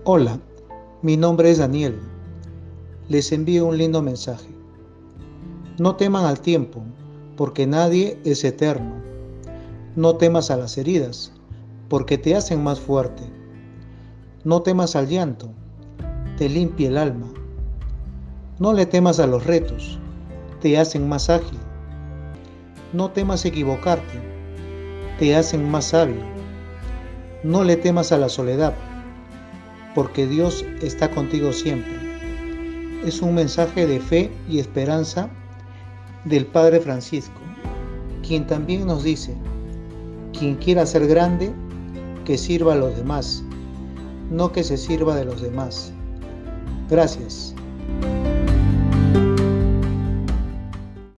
Hola, mi nombre es Daniel. Les envío un lindo mensaje. No teman al tiempo, porque nadie es eterno. No temas a las heridas, porque te hacen más fuerte. No temas al llanto, te limpia el alma. No le temas a los retos, te hacen más ágil. No temas equivocarte, te hacen más sabio. No le temas a la soledad, porque Dios está contigo siempre. Es un mensaje de fe y esperanza del Padre Francisco, quien también nos dice: quien quiera ser grande, que sirva a los demás, no que se sirva de los demás. Gracias.